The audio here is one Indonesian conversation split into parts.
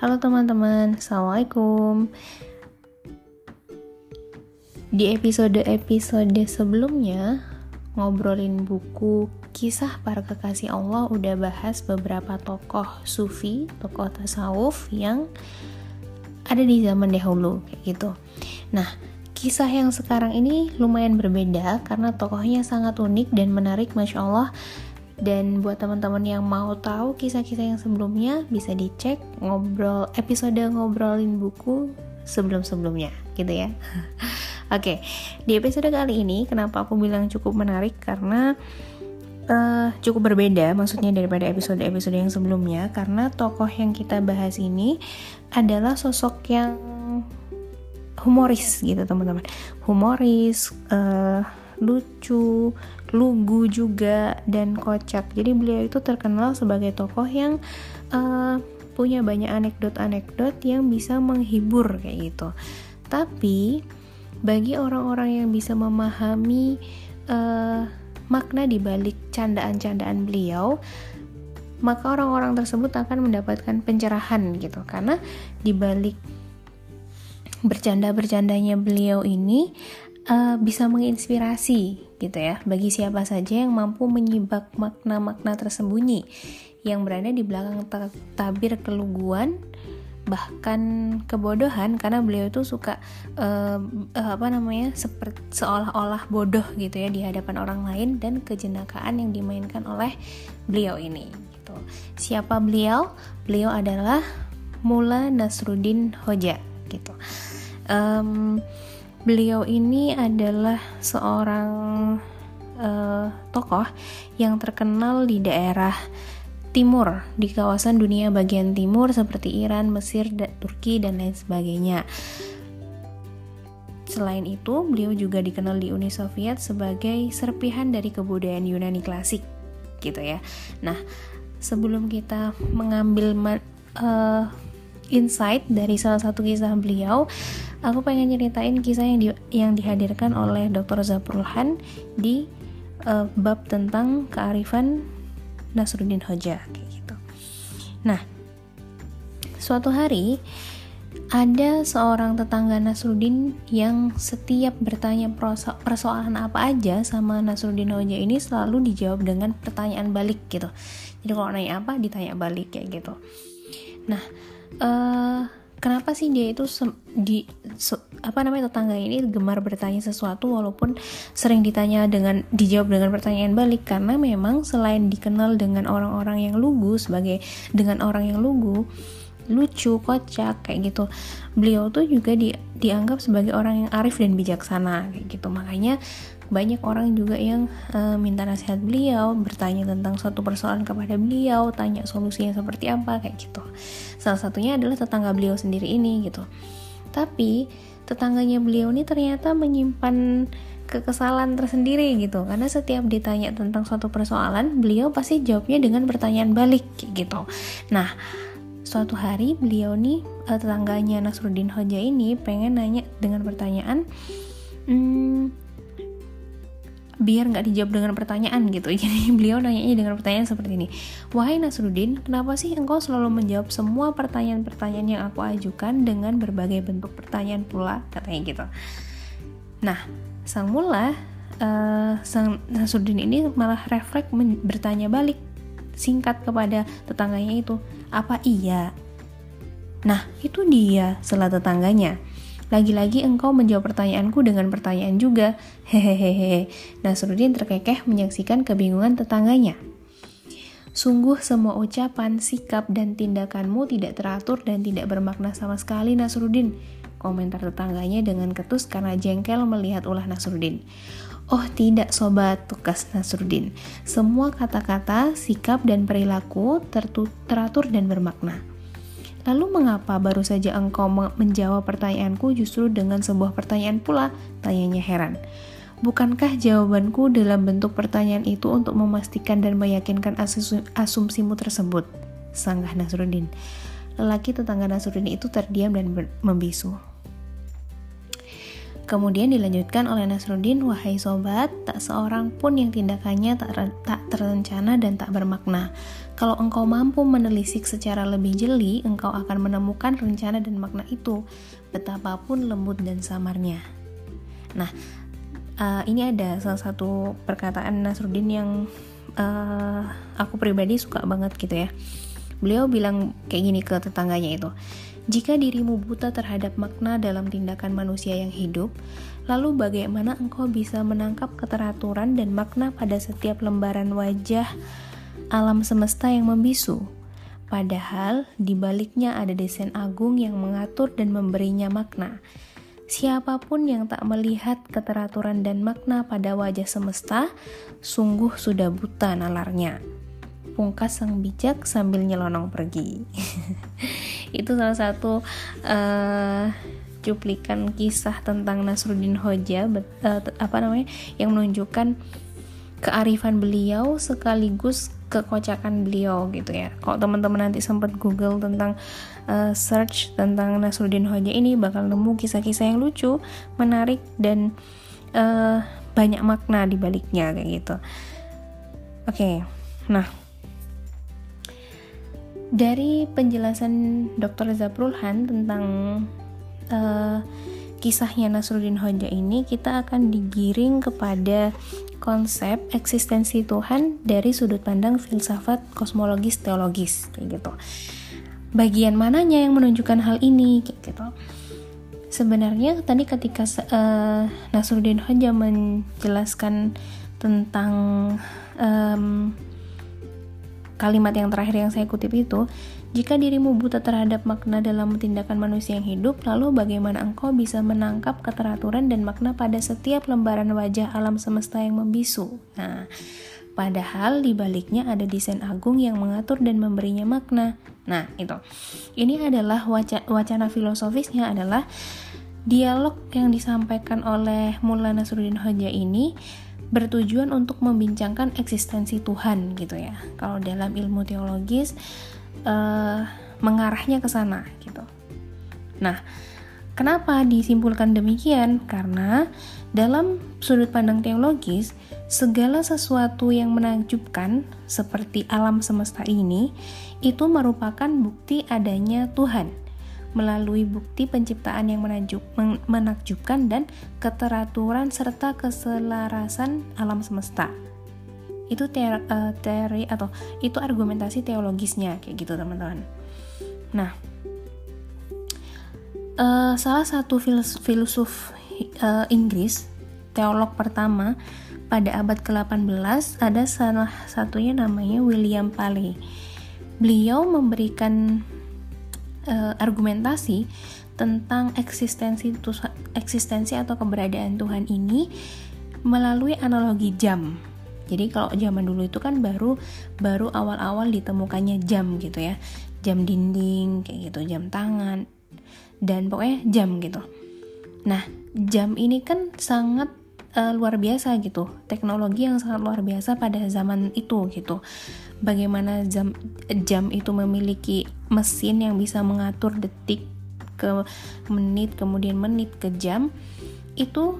Halo teman-teman, Assalamualaikum. Di episode-episode sebelumnya, ngobrolin buku Kisah Para Kekasih Allah udah bahas beberapa tokoh sufi, tokoh tasawuf yang ada di zaman dahulu kayak gitu. Nah, kisah yang sekarang ini lumayan berbeda karena tokohnya sangat unik dan menarik, Masya Allah. Dan buat teman-teman yang mau tahu kisah-kisah yang sebelumnya, bisa dicek episode ngobrolin buku sebelum-sebelumnya gitu ya. Oke, di episode kali ini kenapa aku bilang cukup menarik, karena cukup berbeda maksudnya daripada episode-episode yang sebelumnya, karena tokoh yang kita bahas ini adalah sosok yang humoris gitu teman-teman. Humoris, lucu, lugu juga, dan kocak. Jadi beliau itu terkenal sebagai tokoh yang punya banyak anekdot-anekdot yang bisa menghibur kayak gitu. Tapi bagi orang-orang yang bisa memahami makna di balik candaan-candaan beliau, maka orang-orang tersebut akan mendapatkan pencerahan gitu. Karena di balik bercanda-bercandanya beliau ini bisa menginspirasi gitu ya, bagi siapa saja yang mampu menyibak makna-makna tersembunyi yang berada di belakang tabir keluguan, bahkan kebodohan, karena beliau itu suka seperti seolah-olah bodoh gitu ya di hadapan orang lain, dan kejenakaan yang dimainkan oleh beliau ini gitu. Siapa beliau? Beliau adalah Mulla Nasruddin Hoja gitu. Beliau ini adalah seorang tokoh yang terkenal di daerah timur, di kawasan dunia bagian timur seperti Iran, Mesir, Turki, dan lain sebagainya. Selain itu, beliau juga dikenal di Uni Soviet sebagai serpihan dari kebudayaan Yunani klasik, gitu ya. Nah, sebelum kita mengambil insight dari salah satu kisah beliau, aku pengen ceritain kisah yang dihadirkan oleh Dr. Zaprulhan di bab tentang kearifan Nasruddin Hoja kayak gitu. Nah, suatu hari ada seorang tetangga Nasruddin yang setiap bertanya persoalan apa aja sama Nasruddin Hoja ini selalu dijawab dengan pertanyaan balik gitu. Jadi kalau nanya apa ditanya balik kayak gitu. Nah, kenapa sih dia itu tetangga ini gemar bertanya sesuatu walaupun sering dijawab dengan pertanyaan balik? Karena memang selain dikenal dengan orang-orang yang lugu lucu, kocak kayak gitu, beliau tuh juga dianggap sebagai orang yang arif dan bijaksana kayak gitu. Makanya banyak orang juga yang minta nasihat beliau, bertanya tentang suatu persoalan kepada beliau, tanya solusinya seperti apa kayak gitu. Salah satunya adalah tetangga beliau sendiri ini gitu. Tapi tetangganya beliau ini ternyata menyimpan kekesalan tersendiri gitu, karena setiap ditanya tentang suatu persoalan, beliau pasti jawabnya dengan pertanyaan balik kayak gitu. Nah, suatu hari beliau nih, tetangganya Nasruddin Hoja ini pengen nanya dengan pertanyaan biar nggak dijawab dengan pertanyaan gitu. Jadi beliau nanyanya dengan pertanyaan seperti ini. Wahai Nasruddin, kenapa sih engkau selalu menjawab semua pertanyaan-pertanyaan yang aku ajukan dengan berbagai bentuk pertanyaan pula, katanya gitu. Nah, sang Nasruddin ini malah refleks bertanya balik singkat kepada tetangganya itu, apa iya? Nah, itu dia salah tetangganya. Lagi-lagi engkau menjawab pertanyaanku dengan pertanyaan juga. Hehehe. Nasruddin terkekeh menyaksikan kebingungan tetangganya. Sungguh semua ucapan, sikap, dan tindakanmu tidak teratur dan tidak bermakna sama sekali, Nasruddin, komentar tetangganya dengan ketus karena jengkel melihat ulah Nasruddin. Oh tidak sobat, tukas Nasruddin. Semua kata-kata, sikap, dan perilaku teratur dan bermakna. Lalu mengapa baru saja engkau menjawab pertanyaanku justru dengan sebuah pertanyaan pula? Tanyanya heran. Bukankah jawabanku dalam bentuk pertanyaan itu untuk memastikan dan meyakinkan asumsimu tersebut? Sanggah Nasruddin. Lelaki tetangga Nasruddin itu terdiam dan membisu. Kemudian dilanjutkan oleh Nasruddin, wahai sobat, tak seorang pun yang tindakannya tak terencana dan tak bermakna. Kalau engkau mampu menelisik secara lebih jeli, engkau akan menemukan rencana dan makna itu, betapapun lembut dan samarnya. Nah, ini ada salah satu perkataan Nasruddin yang aku pribadi suka banget gitu ya. Beliau bilang kayak gini ke tetangganya itu, jika dirimu buta terhadap makna dalam tindakan manusia yang hidup, lalu bagaimana engkau bisa menangkap keteraturan dan makna pada setiap lembaran wajah alam semesta yang membisu? Padahal di baliknya ada desain agung yang mengatur dan memberinya makna. Siapapun yang tak melihat keteraturan dan makna pada wajah semesta, sungguh sudah buta nalarnya. Pungkas sang bijak sambil nyelonong pergi. Itu salah satu cuplikan kisah tentang Nasruddin Hoja, yang menunjukkan kearifan beliau sekaligus kekocakan beliau gitu ya. Kalau teman-teman nanti sempat Google tentang search tentang Nasruddin Hoja ini, bakal nemu kisah-kisah yang lucu, menarik, dan banyak makna di baliknya kayak gitu. Oke. Nah, dari penjelasan Dr. Zaprulhan tentang kisahnya Nasruddin Hoja ini, kita akan digiring kepada konsep eksistensi Tuhan dari sudut pandang filsafat kosmologis teologis kayak gitu. Bagian mananya yang menunjukkan hal ini kayak gitu. Sebenarnya tadi ketika Nasruddin Hoja menjelaskan tentang kalimat yang terakhir yang saya kutip itu, jika dirimu buta terhadap makna dalam tindakan manusia yang hidup, lalu bagaimana engkau bisa menangkap keteraturan dan makna pada setiap lembaran wajah alam semesta yang membisu? Nah, padahal di baliknya ada desain agung yang mengatur dan memberinya makna. Nah, itu. Ini adalah wacana filosofisnya adalah dialog yang disampaikan oleh Mullah Nasruddin Hoja ini bertujuan untuk membincangkan eksistensi Tuhan gitu ya. Kalau dalam ilmu teologis mengarahnya ke sana gitu. Nah, kenapa disimpulkan demikian? Karena dalam sudut pandang teologis, segala sesuatu yang menakjubkan seperti alam semesta ini itu merupakan bukti adanya Tuhan melalui bukti penciptaan yang menakjubkan dan keteraturan serta keselarasan alam semesta. Itu teori atau itu argumentasi teologisnya kayak gitu teman-teman. Nah, salah satu filsuf Inggris, teolog pertama pada abad ke-18, ada salah satunya namanya William Paley. Beliau memberikan argumentasi tentang eksistensi atau keberadaan Tuhan ini melalui analogi jam. Jadi kalau zaman dulu itu kan baru awal-awal ditemukannya jam gitu ya, jam dinding kayak gitu, jam tangan, dan pokoknya jam gitu. Nah, jam ini kan sangat luar biasa gitu, teknologi yang sangat luar biasa pada zaman itu gitu. Bagaimana jam itu memiliki mesin yang bisa mengatur detik ke menit, kemudian menit ke jam. Itu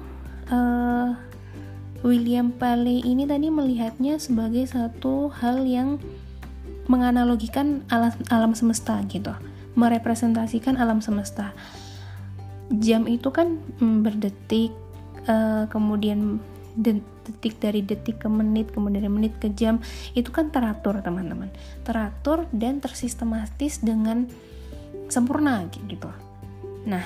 William Paley ini tadi melihatnya sebagai satu hal yang menganalogikan alam semesta gitu, merepresentasikan alam semesta. Jam itu kan berdetik, kemudian detik dari detik ke menit, kemudian dari menit ke jam, itu kan teratur teman-teman, teratur dan tersistematis dengan sempurna gitu. Nah,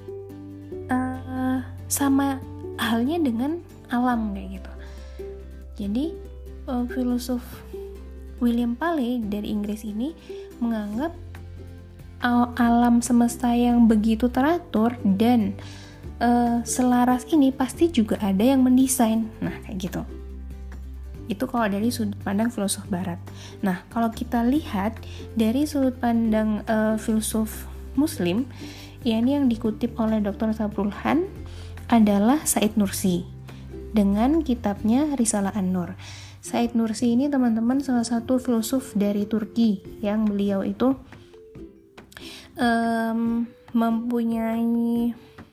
sama halnya dengan alam kayak gitu. Jadi filosof William Paley dari Inggris ini menganggap alam semesta yang begitu teratur dan selaras ini pasti juga ada yang mendesain. Nah, kayak gitu. Itu kalau dari sudut pandang filosof barat. Nah, kalau kita lihat dari sudut pandang filsuf muslim, ini yang dikutip oleh Dr. Zaprulhan adalah Said Nursi dengan kitabnya Risalah An-Nur. Said Nursi ini teman-teman salah satu filsuf dari Turki yang beliau itu mempunyai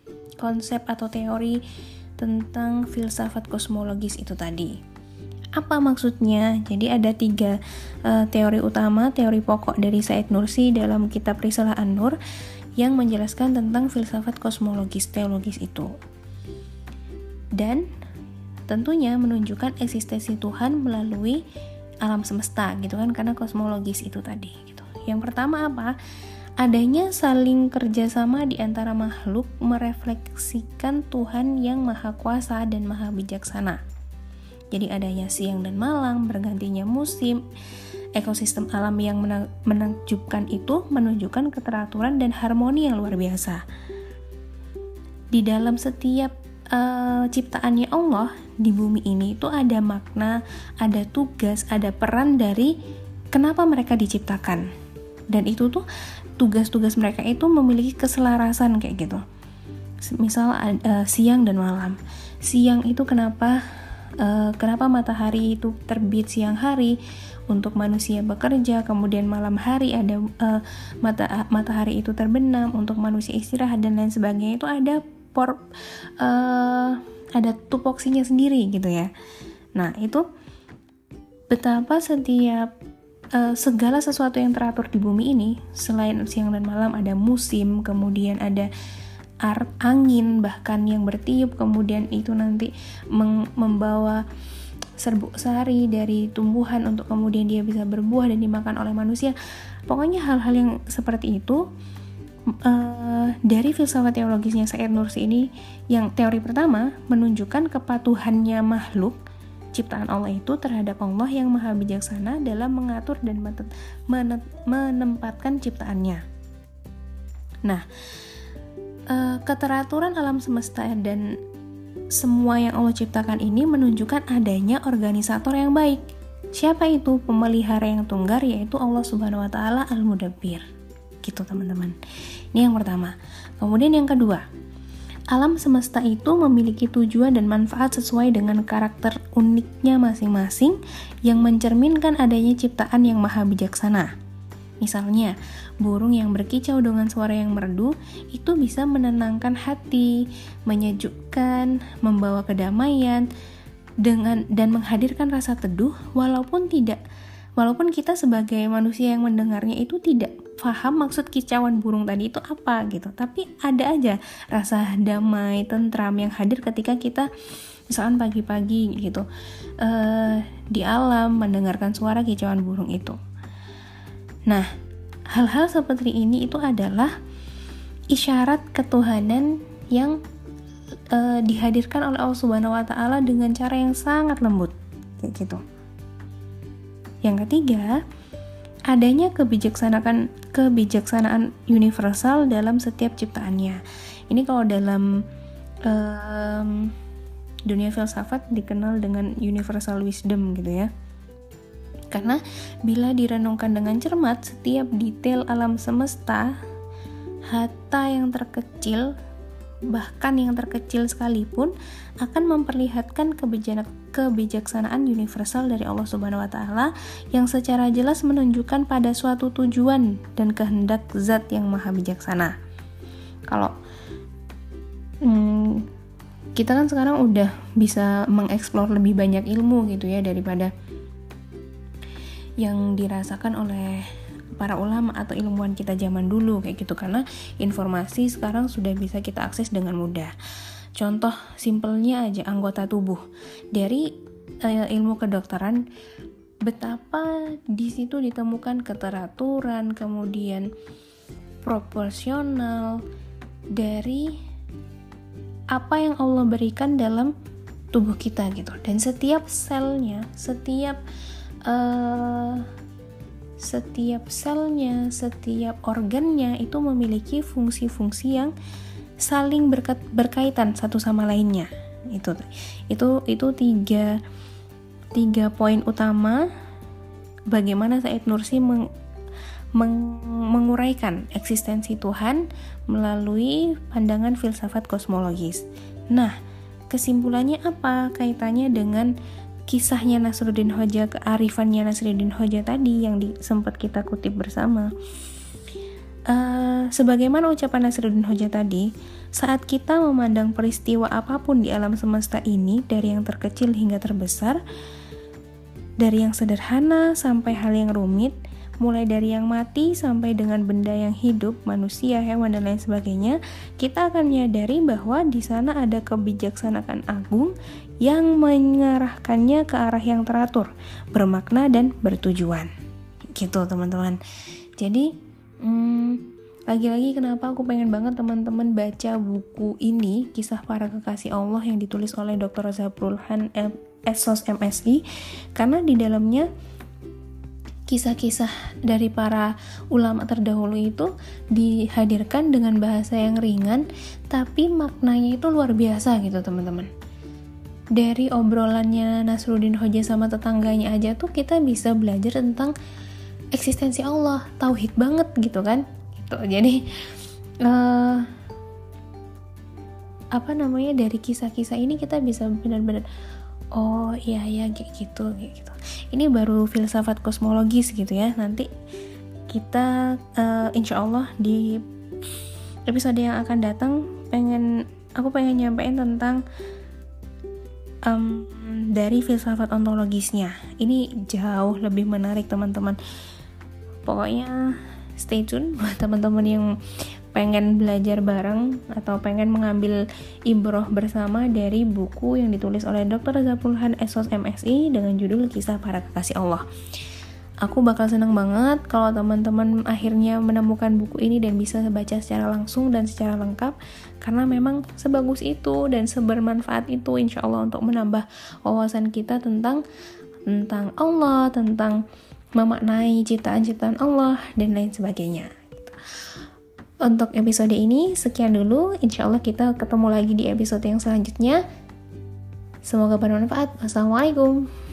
konsep atau teori tentang filsafat kosmologis itu tadi. Apa maksudnya? Jadi ada 3 teori utama, teori pokok dari Said Nursi dalam kitab Risalah An-Nur yang menjelaskan tentang filsafat kosmologis teologis itu. Dan tentunya menunjukkan eksistensi Tuhan melalui alam semesta gitu kan, karena kosmologis itu tadi gitu. Yang pertama apa? Adanya saling kerjasama di antara makhluk merefleksikan Tuhan yang maha kuasa dan maha bijaksana. Jadi adanya siang dan malam, bergantinya musim, ekosistem alam yang menakjubkan itu menunjukkan keteraturan dan harmoni yang luar biasa. Di dalam setiap ciptaannya Allah di bumi ini itu ada makna, ada tugas, ada peran dari kenapa mereka diciptakan. Dan itu tuh tugas-tugas mereka itu memiliki keselarasan kayak gitu. Misal siang dan malam. Siang itu kenapa matahari itu terbit siang hari untuk manusia bekerja, kemudian malam hari ada matahari itu terbenam untuk manusia istirahat dan lain sebagainya. Itu ada tupoksinya sendiri gitu ya. Nah itu betapa setiap segala sesuatu yang teratur di bumi ini, selain siang dan malam ada musim, kemudian ada angin bahkan yang bertiup, kemudian itu nanti membawa serbuk sari dari tumbuhan untuk kemudian dia bisa berbuah dan dimakan oleh manusia. Pokoknya hal-hal yang seperti itu dari filsafat teologisnya Said Nursi ini, yang teori pertama menunjukkan kepatuhannya makhluk ciptaan Allah itu terhadap Allah yang maha bijaksana dalam mengatur dan menempatkan ciptaannya. Nah, keteraturan alam semesta dan semua yang Allah ciptakan ini menunjukkan adanya organisator yang baik. Siapa itu? Pemelihara yang tunggal, yaitu Allah Subhanahu wa taala Al-Mudabbir. Gitu teman-teman. Ini yang pertama. Kemudian yang kedua, alam semesta itu memiliki tujuan dan manfaat sesuai dengan karakter uniknya masing-masing yang mencerminkan adanya ciptaan yang maha bijaksana. Misalnya, burung yang berkicau dengan suara yang merdu itu bisa menenangkan hati, menyejukkan, membawa kedamaian dan menghadirkan rasa teduh walaupun kita sebagai manusia yang mendengarnya itu tidak paham maksud kicauan burung tadi itu apa gitu, tapi ada aja rasa damai, tentram yang hadir ketika kita misalkan pagi-pagi gitu di alam mendengarkan suara kicauan burung itu. Nah, hal-hal seperti ini itu adalah isyarat ketuhanan yang dihadirkan oleh Allah Subhanahu wa taala dengan cara yang sangat lembut kayak gitu. Yang ketiga, adanya kebijaksanaan universal dalam setiap ciptaannya. Ini kalau dalam dunia filsafat dikenal dengan universal wisdom gitu ya. Karena bila direnungkan dengan cermat, setiap detail alam semesta, hatta yang terkecil, bahkan yang terkecil sekalipun, akan memperlihatkan kebijaksanaan universal dari Allah Subhanahu wa taala yang secara jelas menunjukkan pada suatu tujuan dan kehendak zat yang maha bijaksana. Kalau kita kan sekarang udah bisa mengeksplor lebih banyak ilmu gitu ya daripada yang dirasakan oleh para ulama atau ilmuwan kita zaman dulu kayak gitu, karena informasi sekarang sudah bisa kita akses dengan mudah. Contoh simpelnya aja anggota tubuh dari ilmu kedokteran, betapa di situ ditemukan keteraturan, kemudian proporsional dari apa yang Allah berikan dalam tubuh kita gitu. Dan setiap selnya, setiap organnya itu memiliki fungsi-fungsi yang saling berkaitan satu sama lainnya. Itu tiga poin utama bagaimana Said Nursi menguraikan eksistensi Tuhan melalui pandangan filsafat kosmologis. Nah, kesimpulannya apa kaitannya dengan kisahnya Nasruddin Hoja, kearifannya Nasruddin Hoja tadi yang sempat kita kutip bersama? Sebagaimana ucapan Nasruddin Hoja tadi, saat kita memandang peristiwa apapun di alam semesta ini, dari yang terkecil hingga terbesar, dari yang sederhana sampai hal yang rumit, mulai dari yang mati sampai dengan benda yang hidup, manusia, hewan, dan lain sebagainya, kita akan menyadari bahwa di sana ada kebijaksanaan agung yang mengarahkannya ke arah yang teratur, bermakna, dan bertujuan. Gitu teman-teman. Jadi lagi-lagi kenapa aku pengen banget teman-teman baca buku ini, Kisah Para Kekasih Allah, yang ditulis oleh Dr. Zabrulhan SOS MSI, karena di dalamnya kisah-kisah dari para ulama terdahulu itu dihadirkan dengan bahasa yang ringan, tapi maknanya itu luar biasa gitu teman-teman. Dari obrolannya Nasruddin Hoja sama tetangganya aja tuh kita bisa belajar tentang eksistensi Allah, tauhid banget gitu kan. Gitu. Jadi dari kisah-kisah ini kita bisa benar-benar oh iya kayak gitu. Ini baru filsafat kosmologis gitu ya. Nanti kita insya Allah di episode yang akan datang aku pengen nyampein tentang dari filsafat ontologisnya. Ini jauh lebih menarik teman-teman. Pokoknya stay tune buat teman-teman yang pengen belajar bareng atau pengen mengambil ibroh bersama dari buku yang ditulis oleh Dr. Zabrulhan SOS MSI dengan judul Kisah Para Kekasih Allah. Aku bakal senang banget kalau teman-teman akhirnya menemukan buku ini dan bisa baca secara langsung dan secara lengkap, karena memang sebagus itu dan sebermanfaat itu insya Allah untuk menambah wawasan kita tentang Allah, tentang memaknai ciptaan-ciptaan Allah, dan lain sebagainya. Untuk episode ini, sekian dulu. Insya Allah kita ketemu lagi di episode yang selanjutnya. Semoga bermanfaat. Wassalamualaikum.